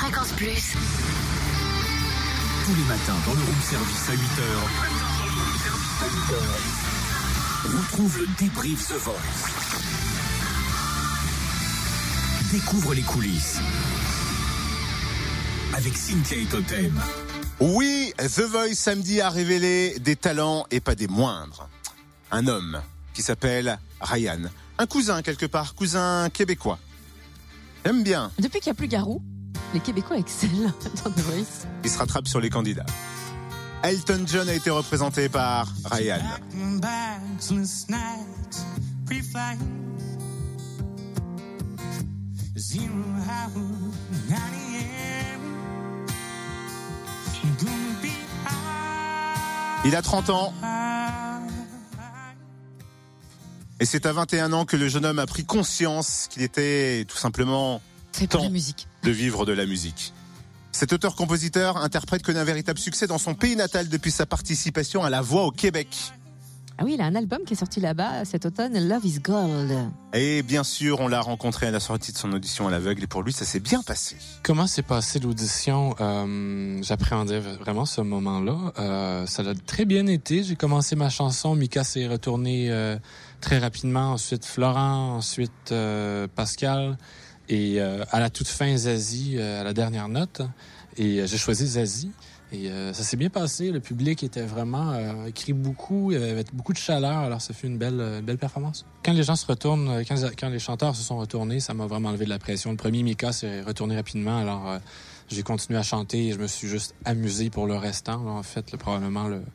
Fréquence Plus. Tous les matins dans le room service à 8h. Retrouve le débrief The Voice. Découvre les coulisses avec Cynthia et Totem. Oui, The Voice samedi a révélé des talents et pas des moindres. Un homme qui s'appelle Ryan. Un cousin quelque part, cousin québécois. J'aime bien. Depuis qu'il n'y a plus Garou, les Québécois excellent dans The Voice. Il se rattrape sur les candidats. Elton John a été représenté par Ryan. Il a 30 ans. Et c'est à 21 ans que le jeune homme a pris conscience qu'il était tout simplement temps de vivre de la musique. Cet auteur-compositeur interprète connaît un véritable succès dans son pays natal depuis sa participation à La Voix au Québec. Ah oui, il a un album qui est sorti là-bas cet automne, Love is Gold. Et bien sûr, on l'a rencontré à la sortie de son audition à l'aveugle et pour lui, ça s'est bien passé. Comment s'est passée l'audition? J'appréhendais vraiment ce moment-là. Ça a très bien été. J'ai commencé ma chanson, Mika s'est retournée très rapidement. Ensuite, Florent, ensuite Pascal. Et à la toute fin, Zazie, à la dernière note. Et j'ai choisi Zazie. Et ça s'est bien passé. Le public était vraiment écrit beaucoup. Il y avait beaucoup de chaleur. Alors, ça fait une belle performance. Quand les gens se retournent, quand les chanteurs se sont retournés, ça m'a vraiment enlevé de la pression. Le premier, Mika, s'est retourné rapidement. Alors, j'ai continué à chanter et je me suis juste amusé pour le restant. Là, en fait, probablement le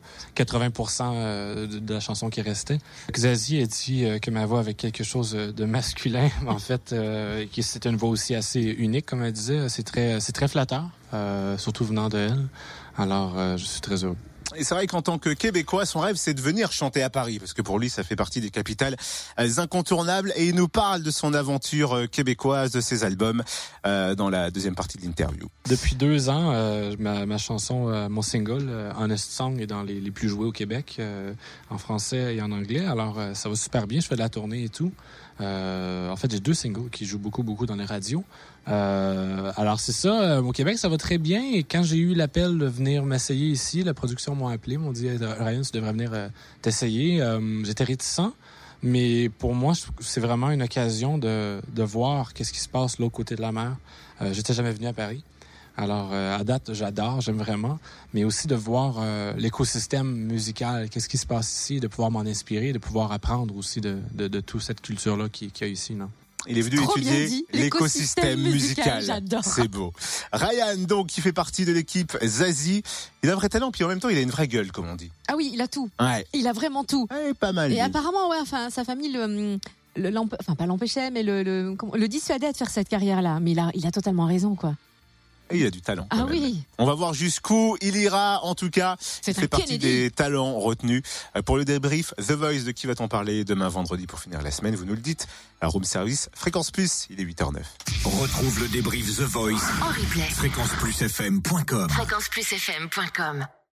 80% de la chanson qui restait. Zazie a dit que ma voix avait quelque chose de masculin. En fait, que c'était une voix aussi assez unique, comme elle disait. C'est très flatteur, surtout venant de elle. Alors, je suis très heureux. Et c'est vrai qu'en tant que Québécois, son rêve, c'est de venir chanter à Paris, parce que pour lui, ça fait partie des capitales incontournables. Et il nous parle de son aventure québécoise, de ses albums, dans la deuxième partie de l'interview. Depuis 2 ans, ma chanson, mon single, Honest Song, est dans les plus joués au Québec, en français et en anglais. Alors, ça va super bien. Je fais de la tournée et tout. En fait, j'ai 2 singles qui jouent beaucoup dans les radios. Alors c'est ça, au Québec ça va très bien et quand j'ai eu l'appel de venir m'essayer ici, la production m'a appelé, m'ont dit Ryan, tu devrais venir t'essayer. J'étais réticent, mais pour moi c'est vraiment une occasion de voir qu'est-ce qui se passe de l'autre côté de la mer. J'étais jamais venu à Paris. Alors, à date, j'adore, j'aime vraiment, mais aussi de voir l'écosystème musical, qu'est-ce qui se passe ici, de pouvoir m'en inspirer, de pouvoir apprendre aussi de toute cette culture-là qu'il y a ici, non? Il est venu étudier l'écosystème musical. J'adore. C'est beau. Ryan, donc, qui fait partie de l'équipe Zazie. Il a un vrai talent, puis en même temps, il a une vraie gueule, comme on dit. Ah oui, il a tout. Ouais. Il a vraiment tout. Ouais, pas mal. Et lui. apparemment, ouais, enfin, sa famille pas l'empêchait, mais le dissuadait de faire cette carrière-là. Mais il a totalement raison, quoi. Et il a du talent. Ah même. oui. On va voir jusqu'où il ira. En tout cas, C'est il fait partie Kennedy. des talents retenus. Pour le débrief, The Voice, de qui va-t-on parler demain vendredi pour finir la semaine? Vous nous le dites. À Room Service, Fréquence Plus, il est 8h09. Retrouve le débrief The Voice En replay. fréquenceplusfm.com. Fréquenceplusfm.com.